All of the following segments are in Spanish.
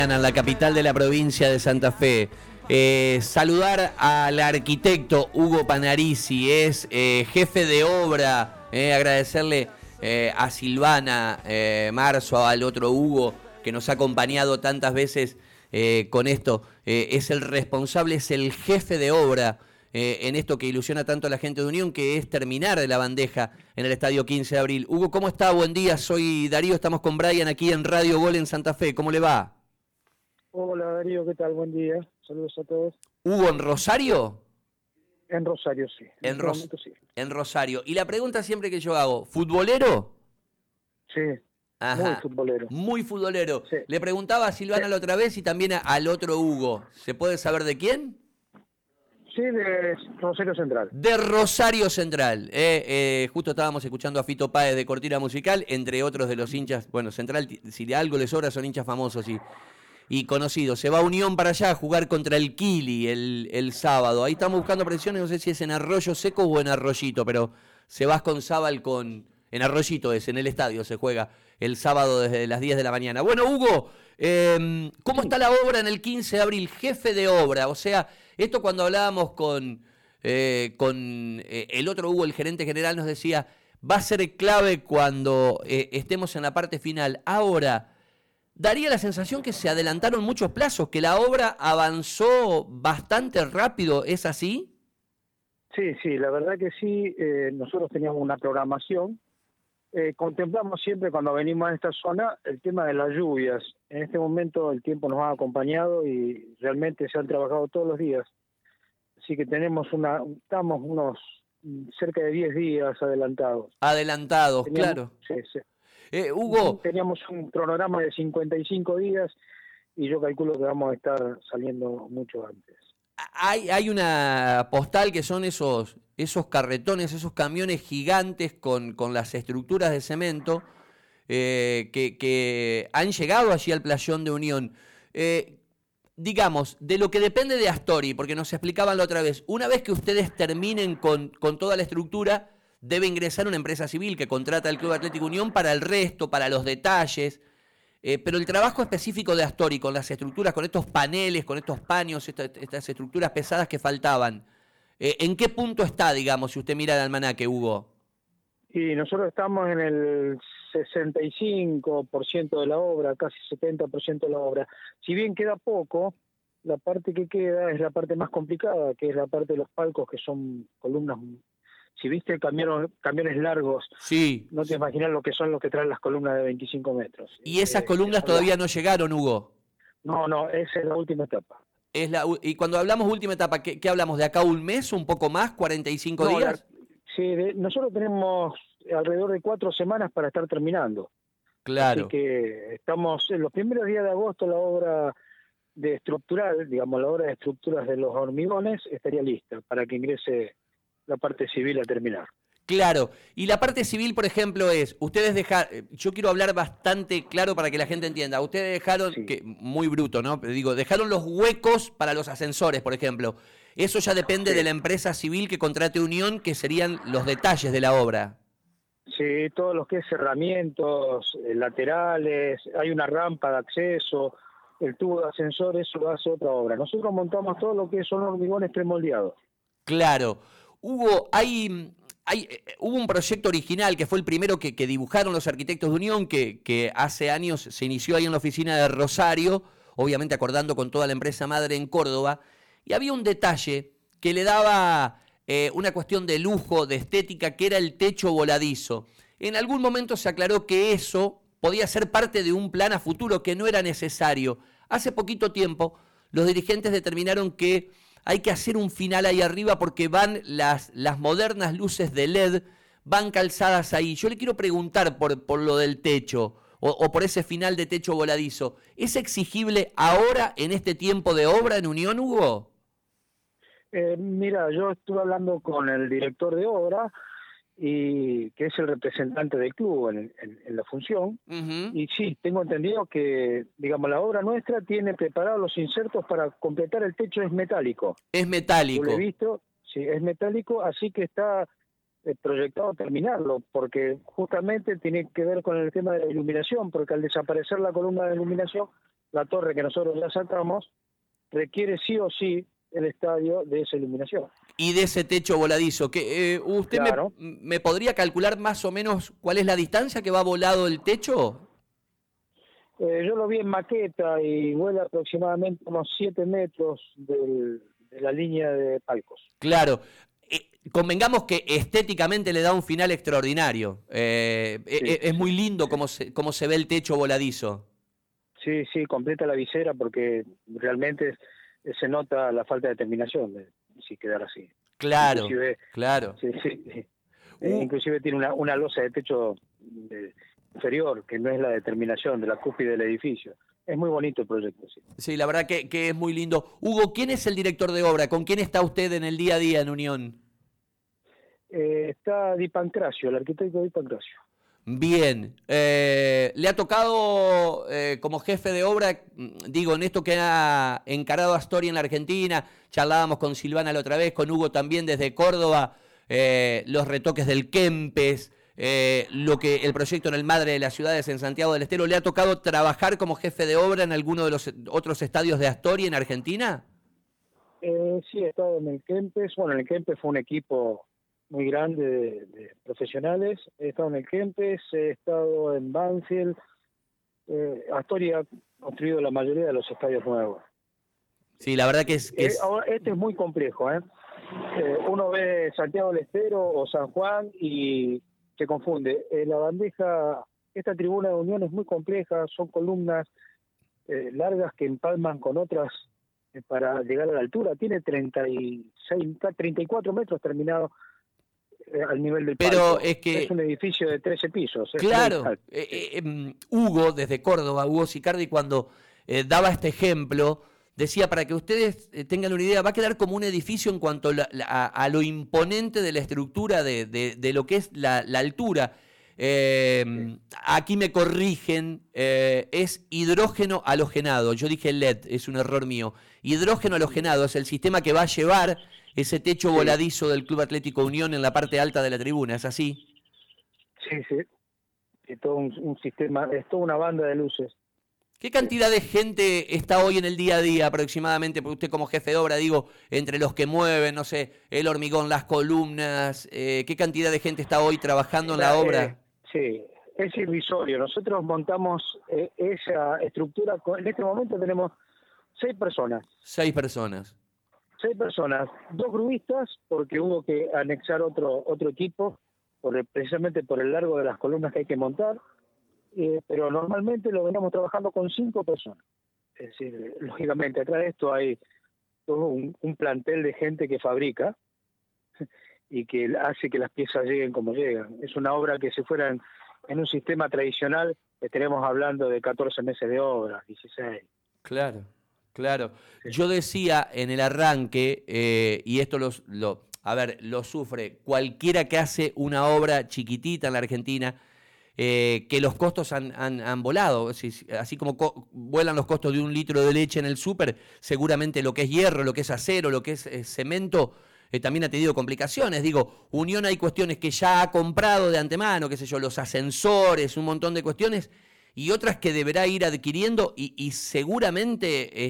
En la capital de la provincia de Santa Fe. Saludar al arquitecto Hugo Panarisi, es jefe de obra, agradecerle a Silvana Marzo, al otro Hugo, que nos ha acompañado tantas veces con esto. Es el responsable, es el jefe de obra en esto que ilusiona tanto a la gente de Unión, que es terminar de la bandeja en el Estadio 15 de Abril. Hugo, ¿cómo está? Buen día, soy Darío, estamos con Brian aquí en Radio Gol en Santa Fe. ¿Cómo le va? Hola Darío, ¿qué tal? Buen día, saludos a todos. ¿Hugo en Rosario? En Rosario, sí. Sí. En Rosario. Y la pregunta siempre que yo hago, ¿futbolero? Sí, ajá, muy futbolero. Muy futbolero. Sí. Le preguntaba a Silvana la otra vez y también al otro Hugo. ¿Se puede saber de quién? Sí, de Rosario Central. De Rosario Central. Justo estábamos escuchando a Fito Páez de Cortina Musical, entre otros de los hinchas. Bueno, Central, si de algo les sobra, son hinchas famosos y conocido. Se va a Unión para allá a jugar contra el Kili el sábado. Ahí estamos buscando presiones, no sé si es en Arroyo Seco o en Arroyito, pero se va con Zabal en Arroyito en el estadio se juega el sábado desde las 10 de la mañana. Bueno, Hugo, ¿cómo está la obra en el 15 de abril? Jefe de obra, o sea, esto cuando hablábamos con el otro Hugo, el gerente general, nos decía, va a ser clave cuando estemos en la parte final. Ahora, daría la sensación que se adelantaron muchos plazos, que la obra avanzó bastante rápido, ¿es así? Sí, la verdad que sí. Nosotros teníamos una programación. Contemplamos siempre cuando venimos a esta zona el tema de las lluvias. En este momento el tiempo nos ha acompañado y realmente se han trabajado todos los días. Así que estamos unos cerca de 10 días adelantados. Adelantados, claro. Sí. Hugo, teníamos un cronograma de 55 días y yo calculo que vamos a estar saliendo mucho antes. Hay una postal que son esos carretones, esos camiones gigantes con las estructuras de cemento que han llegado allí al playón de Unión. Digamos, de lo que depende de Astori, porque nos explicaban la otra vez, una vez que ustedes terminen con toda la estructura, debe ingresar una empresa civil que contrata al Club Atlético Unión para el resto, para los detalles. Pero el trabajo específico de Astori, con las estructuras, con estos paneles, con estos paños, estas estructuras pesadas que faltaban, ¿en qué punto está, digamos, si usted mira el almanaque, Hugo? Y nosotros estamos en el 65% de la obra, casi 70% de la obra. Si bien queda poco, la parte que queda es la parte más complicada, que es la parte de los palcos, que son columnas. Si viste camiones largos, sí, no te imaginas lo que son los que traen las columnas de 25 metros. ¿Y esas columnas todavía no llegaron, Hugo? No, esa es la última etapa. Y cuando hablamos última etapa, ¿qué hablamos? ¿De acá a un mes, un poco más, 45 días? Sí, nosotros tenemos alrededor de 4 semanas para estar terminando. Claro. Así que estamos en los primeros días de agosto, la obra de estructural, digamos, la obra de estructuras de los hormigones estaría lista para que ingrese la parte civil a terminar. Claro, y la parte civil, por ejemplo, yo quiero hablar bastante claro para que la gente entienda, ustedes dejaron, sí, muy bruto, ¿no? Digo, dejaron los huecos para los ascensores, por ejemplo. Eso ya depende de la empresa civil que contrate Unión, que serían los detalles de la obra. Sí, todo lo que es cerramientos, laterales, hay una rampa de acceso, el tubo de ascensor, eso lo hace otra obra. Nosotros montamos todo lo que son hormigones premoldeados. Claro. Hugo, hubo un proyecto original que fue el primero que dibujaron los arquitectos de Unión, que hace años se inició ahí en la oficina de Rosario, obviamente acordando con toda la empresa madre en Córdoba, y había un detalle que le daba una cuestión de lujo, de estética, que era el techo voladizo. En algún momento se aclaró que eso podía ser parte de un plan a futuro, que no era necesario. Hace poquito tiempo los dirigentes determinaron que hay que hacer un final ahí arriba porque van las modernas luces de LED, van calzadas ahí. Yo le quiero preguntar por lo del techo o por ese final de techo voladizo. ¿Es exigible ahora en este tiempo de obra en Unión, Hugo? Mira, yo estuve hablando con el director de obra, y que es el representante del club en la función, y sí, tengo entendido que, digamos, la obra nuestra tiene preparados los insertos para completar el techo, es metálico. Es metálico. Yo lo he visto, sí, es metálico, así que está proyectado terminarlo, porque justamente tiene que ver con el tema de la iluminación, porque al desaparecer la columna de iluminación la torre que nosotros ya sacamos, requiere sí o sí el estadio de esa iluminación. Y de ese techo voladizo, que ¿usted Claro. me podría calcular más o menos cuál es la distancia que va volado el techo? Yo lo vi en maqueta y vuela aproximadamente unos 7 metros de la línea de palcos. Claro. Convengamos que estéticamente le da un final extraordinario. Sí, Es sí, muy lindo sí. cómo se ve el techo voladizo. Sí, sí, completa la visera porque realmente se nota la falta de terminación de si quedara así. Claro, Inclusive, claro. sí, sí, Uh, inclusive tiene una losa de techo inferior, que no es la determinación de la cúspide del edificio. Es muy bonito el proyecto, sí. sí, la verdad que es muy lindo. Hugo, ¿quién es el director de obra? ¿Con quién está usted en el día a día en Unión? Está Di Pancracio, el arquitecto Di Pancracio. Bien, le ha tocado como jefe de obra, digo, en esto que ha encarado Astori en la Argentina, charlábamos con Silvana la otra vez, con Hugo también desde Córdoba, los retoques del Kempes, el proyecto en el Madre de las Ciudades en Santiago del Estero. ¿Le ha tocado trabajar como jefe de obra en alguno de los otros estadios de Astori en Argentina? Sí, he estado en el Kempes. Bueno, en el Kempes fue un equipo muy grande de profesionales. He estado en el Kempes, he estado en Banfield. Astori ha construido la mayoría de los estadios nuevos. Sí, la verdad que es Ahora, este es muy complejo, ¿eh? Uno ve Santiago del Estero o San Juan y se confunde. La bandeja, esta tribuna de Unión es muy compleja, son columnas largas que empalman con otras para llegar a la altura. Tiene 34 metros terminado al nivel del pero palco. es Es un que edificio de 13 pisos, es muy claro, alto. Sí, Hugo desde Córdoba, Hugo Sicardi, cuando daba este ejemplo, decía, para que ustedes tengan una idea, va a quedar como un edificio en cuanto a lo imponente de la estructura de lo que es la altura. sí, Aquí me corrigen, es hidrógeno halogenado. Yo dije LED, es un error mío. Hidrógeno halogenado es el sistema que va a llevar ese techo sí, voladizo del Club Atlético Unión en la parte alta de la tribuna, ¿es así? sí, sí. Es todo un sistema, es toda una banda de luces. ¿Qué Sí. cantidad de gente está hoy en el día a día aproximadamente? Porque usted como jefe de obra, digo, entre los que mueven, no sé, el hormigón, las columnas, ¿qué cantidad de gente está hoy trabajando en la Mira, obra? sí, es irrisorio. Nosotros montamos esa estructura. En este momento tenemos 6 personas. 6 personas. 6 personas, 2 gruistas, porque hubo que anexar otro equipo, precisamente por el largo de las columnas que hay que montar, pero normalmente lo venimos trabajando con 5 personas. Es decir, lógicamente, atrás de esto hay todo un plantel de gente que fabrica y que hace que las piezas lleguen como llegan. Es una obra que si fuera en un sistema tradicional, estaremos hablando de 14 meses de obra, 16. Claro, claro. Sí, Yo decía en el arranque, y esto a ver, lo sufre cualquiera que hace una obra chiquitita en la Argentina, que los costos han volado. Así como vuelan los costos de un litro de leche en el súper, seguramente lo que es hierro, lo que es acero, lo que es cemento, también ha tenido complicaciones. Digo, Unión hay cuestiones que ya ha comprado de antemano, qué sé yo, los ascensores, un montón de cuestiones, y otras que deberá ir adquiriendo y seguramente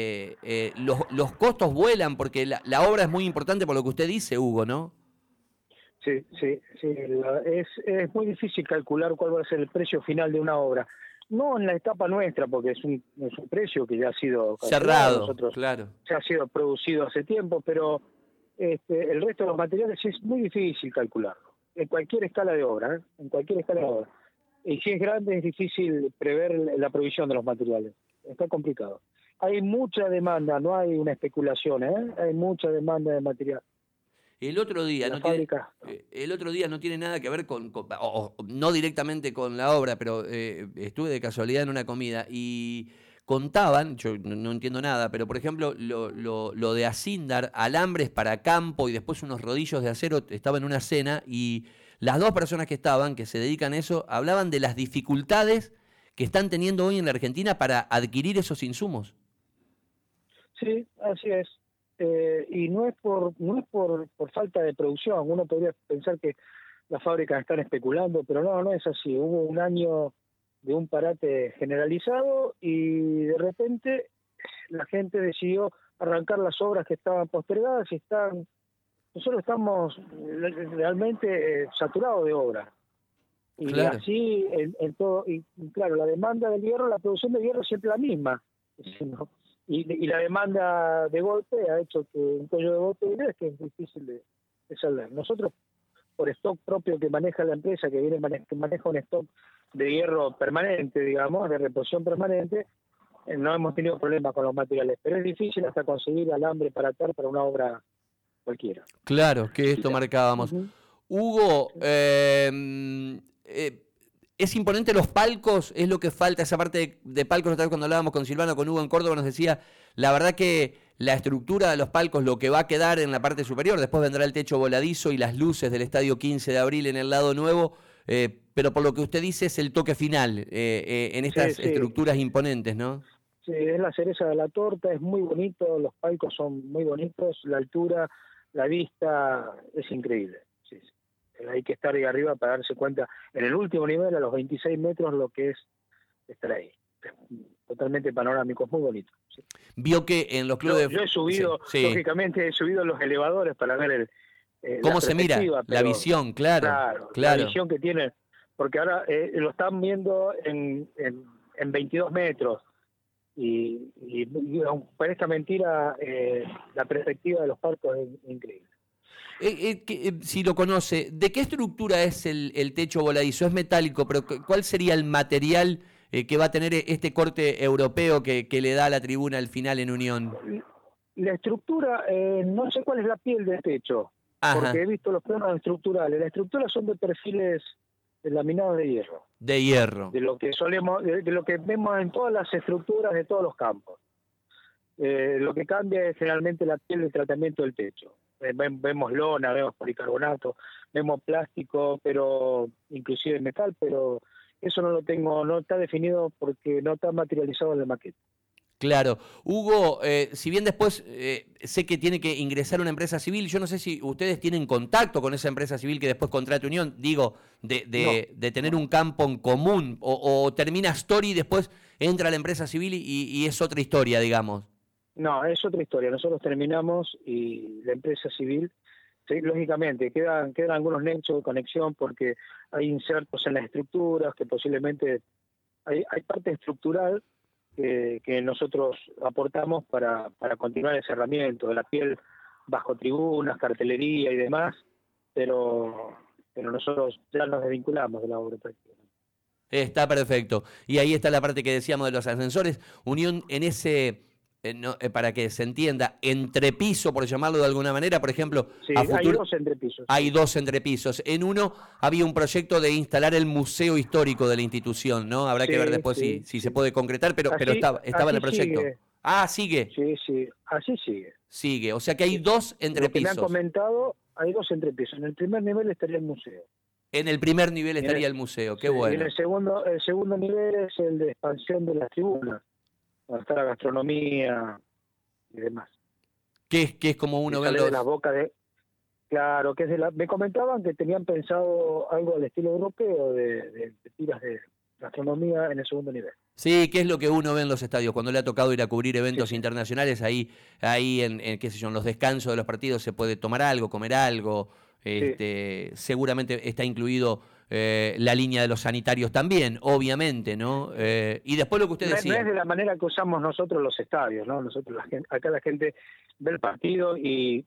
los costos vuelan porque la obra es muy importante por lo que usted dice, Hugo, ¿no? sí, sí, sí. Es muy difícil calcular cuál va a ser el precio final de una obra. No en la etapa nuestra, porque es un precio que ya ha sido calculado, Cerrado, nosotros claro. ya ha sido producido hace tiempo, pero el resto de los materiales es muy difícil calcularlo, en cualquier escala de obra, ¿eh? En cualquier escala de obra. Y si es grande es difícil prever la provisión de los materiales, está complicado. Hay mucha demanda, no hay una especulación, ¿eh? Hay mucha demanda de material. El otro día La no tiene, fábrica, el otro día no tiene nada que ver o no directamente con la obra, pero estuve de casualidad en una comida y contaban, yo no entiendo nada, pero por ejemplo lo de Asindar, alambres para campo y después unos rodillos de acero, estaba en una cena y las dos personas que estaban, que se dedican a eso, hablaban de las dificultades que están teniendo hoy en la Argentina para adquirir esos insumos. sí, así es. Y no es por falta de producción. Uno podría pensar que las fábricas están especulando, pero no es así. Hubo un año de un parate generalizado y de repente la gente decidió arrancar las obras que estaban postergadas y nosotros estamos realmente saturados de obras. Y Claro. así en todo, y claro, la demanda del hierro, la producción de hierro es siempre la misma. ¿No? Y la demanda de golpe ha hecho que un cuello de golpe es que es difícil de saldar. Nosotros, por stock propio que maneja la empresa, que maneja un stock de hierro permanente, digamos, de reposición permanente, no hemos tenido problemas con los materiales, pero es difícil hasta conseguir alambre para atar para una obra cualquiera. Claro, que esto marcábamos. Hugo, es imponente los palcos, es lo que falta, esa parte de palcos. Otra vez cuando hablábamos con Silvano, con Hugo en Córdoba, nos decía, la verdad que la estructura de los palcos, lo que va a quedar en la parte superior, después vendrá el techo voladizo y las luces del Estadio 15 de Abril en el lado nuevo, pero por lo que usted dice es el toque final en estas estructuras imponentes, ¿no? Sí, es la cereza de la torta, es muy bonito, los palcos son muy bonitos, la altura, la vista, es increíble. Sí. Hay que estar ahí arriba para darse cuenta, en el último nivel, a los 26 metros, lo que es estar ahí. Es totalmente panorámico, es muy bonito. Sí. Vio que en los clubes... Yo he subido, lógicamente he subido los elevadores para ver cómo se mira, la visión, claro. La visión que tiene, porque ahora lo están viendo en 22 metros. Y parezca mentira, la perspectiva de los palcos es increíble. Si lo conoce, ¿de qué estructura es el techo voladizo? Es metálico, pero ¿cuál sería el material que va a tener este corte europeo que le da a la tribuna al final en Unión? La estructura, no sé cuál es la piel del techo, porque he visto los planos estructurales. Las estructuras son de perfiles laminados de hierro. De hierro. De lo que de lo que vemos en todas las estructuras de todos los campos. Lo que cambia es generalmente la piel de tratamiento del techo. Vemos lona, vemos policarbonato, vemos plástico, pero inclusive metal, pero eso no está definido porque no está materializado en la maqueta. Claro. Hugo, si bien después sé que tiene que ingresar una empresa civil, yo no sé si ustedes tienen contacto con esa empresa civil que después contrate Unión, digo, de tener un campo en común, o termina Story y después entra la empresa civil y es otra historia, digamos. No, es otra historia. Nosotros terminamos y la empresa civil, sí, lógicamente, quedan algunos nexos de conexión porque hay insertos en las estructuras que posiblemente hay parte estructural que nosotros aportamos para continuar el cerramiento de la piel bajo tribunas, cartelería y demás, pero nosotros ya nos desvinculamos de la obra prácticamente. Está perfecto. Y ahí está la parte que decíamos de los ascensores. Unión en ese... para que se entienda, entrepiso, por llamarlo de alguna manera, por ejemplo... Sí, hay dos entrepisos. Hay dos entrepisos. En uno había un proyecto de instalar el museo histórico de la institución, ¿no? Habrá que ver después si se puede concretar, pero estaba en el proyecto. Sigue. ¿Sigue? Sí, así sigue. Sigue, o sea que hay dos entrepisos. Lo que me han comentado, hay dos entrepisos. En el primer nivel estaría el museo. En el primer nivel estaría el museo, qué bueno. Y en el segundo nivel es el de expansión de las tribunas, donde está la gastronomía y demás. Que es como uno ve de la boca de... Claro, que es me comentaban que tenían pensado algo al estilo europeo de tiras de gastronomía en el segundo nivel. Sí, que es lo que uno ve en los estadios. Cuando le ha tocado ir a cubrir eventos internacionales, ahí en qué sé yo, en los descansos de los partidos se puede tomar algo, comer algo. Seguramente está incluido la línea de los sanitarios también, obviamente, ¿no? Y después lo que usted decía. No es de la manera que usamos nosotros los estadios, ¿no? Nosotros, acá la gente ve el partido y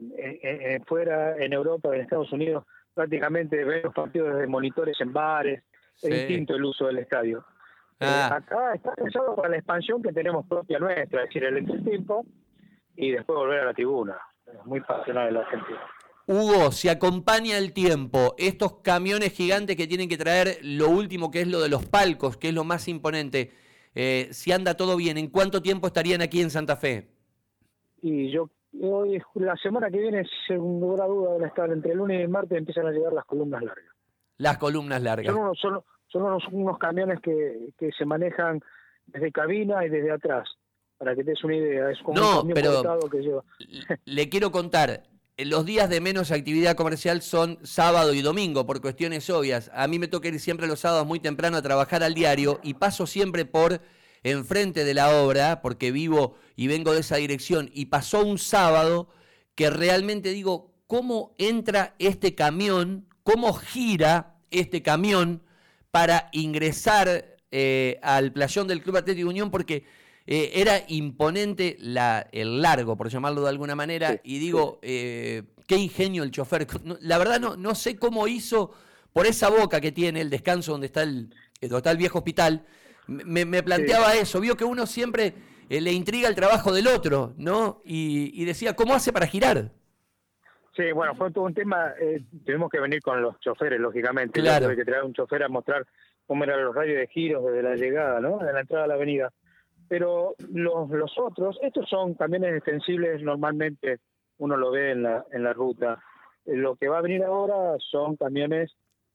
fuera, en Europa, en Estados Unidos, prácticamente ve los partidos desde monitores en bares. Es distinto el uso del estadio. Acá está pensado para la expansión que tenemos propia nuestra, es decir, el entretiempo y después volver a la tribuna. Es muy pasional la Argentina. Hugo, si acompaña el tiempo, estos camiones gigantes que tienen que traer lo último, que es lo de los palcos, que es lo más imponente, si anda todo bien, ¿en cuánto tiempo estarían aquí en Santa Fe? Y hoy, la semana que viene, sin lugar a duda, van a estar entre el lunes y el martes, empiezan a llegar las columnas largas. Las columnas largas. Son unos camiones que se manejan desde cabina y desde atrás, para que te des una idea. Es como un camión cortado que lleva. Le quiero contar, los días de menos actividad comercial son sábado y domingo, por cuestiones obvias. A mí me toca ir siempre los sábados muy temprano a trabajar al diario y paso siempre por enfrente de la obra, porque vivo y vengo de esa dirección, y pasó un sábado que realmente digo, ¿cómo entra este camión? ¿Cómo gira este camión para ingresar al playón del Club Atlético Unión? Porque era imponente el largo, por llamarlo de alguna manera, Sí, y digo, qué ingenio el chofer. La verdad no sé cómo hizo por esa boca que tiene el descanso donde está el viejo hospital. Me planteaba eso, vio que uno siempre le intriga el trabajo del otro, ¿no? Y decía, ¿cómo hace para girar? Sí, bueno, fue todo un tema. Tuvimos que venir con los choferes, lógicamente. Claro. Tuve que traer un chofer a mostrar cómo eran los radios de giros desde la llegada, ¿no? De la entrada a la avenida. Pero los otros, estos son camiones extensibles, normalmente uno lo ve en la ruta. Lo que va a venir ahora son camiones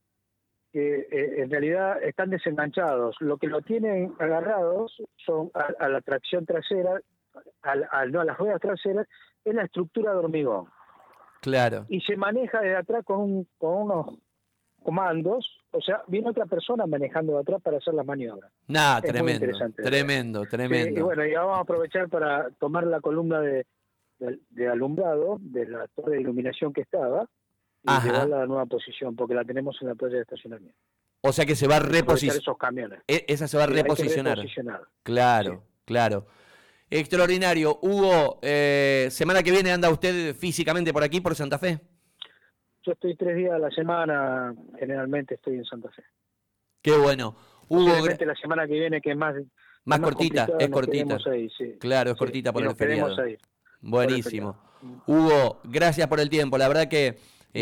que en realidad están desenganchados. Lo que lo tienen agarrados son a la tracción trasera, no a las ruedas traseras, es la estructura de hormigón. Claro. Y se maneja desde atrás con unos comandos, o sea, viene otra persona manejando de atrás para hacer las maniobras. Nah, Es muy interesante. tremendo. Y bueno, y vamos a aprovechar para tomar la columna de alumbrado de la torre de iluminación que estaba y Ajá. llevarla a la nueva posición, porque la tenemos en la playa de estacionamiento. O sea que se va a reposicionar. Esos camiones. Esa se va a Sí, hay que reposicionar. reposicionar. Claro, Sí. claro. Extraordinario. Hugo, semana que viene anda usted físicamente por aquí, por Santa Fe. Yo estoy 3 días a la semana, generalmente estoy en Santa Fe. Qué bueno. Hugo, Posiblemente la semana que viene, que es más cortita, complicada, es nos cortita. quedemos ahí, sí. Claro, es Sí, cortita por y el nos quedemos feriado. ahí. Buenísimo. Hugo, gracias por el tiempo. La verdad que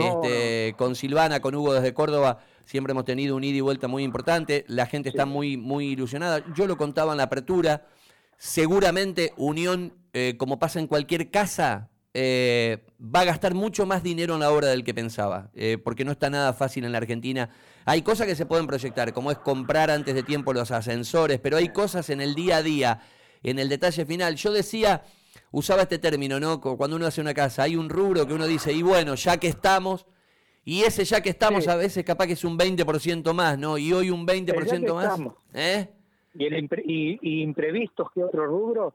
con Silvana, con Hugo desde Córdoba, siempre hemos tenido un ida y vuelta muy importante. La gente está muy, muy ilusionada. Yo lo contaba en la apertura. Seguramente Unión, como pasa en cualquier casa, va a gastar mucho más dinero en la obra del que pensaba, porque no está nada fácil en la Argentina. Hay cosas que se pueden proyectar, como es comprar antes de tiempo los ascensores, pero hay cosas en el día a día, en el detalle final. Yo decía, usaba este término, ¿no? Cuando uno hace una casa, hay un rubro que uno dice, y bueno, ya que estamos, y ese ya que estamos Sí. a veces capaz que es un 20% más, ¿no? Y hoy un 20% más. Estamos. Y imprevistos, que otro rubro,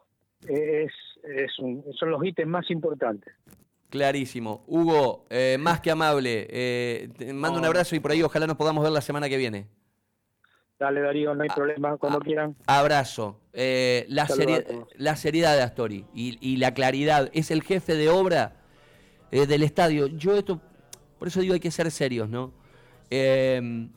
son los ítems más importantes. Clarísimo. Hugo, más que amable, te mando un abrazo y por ahí ojalá nos podamos ver la semana que viene. Dale, Darío, no hay problema, cuando quieran. Abrazo. La seriedad de Astori y la claridad. Es el jefe de obra del estadio. Por eso digo hay que ser serios, ¿no?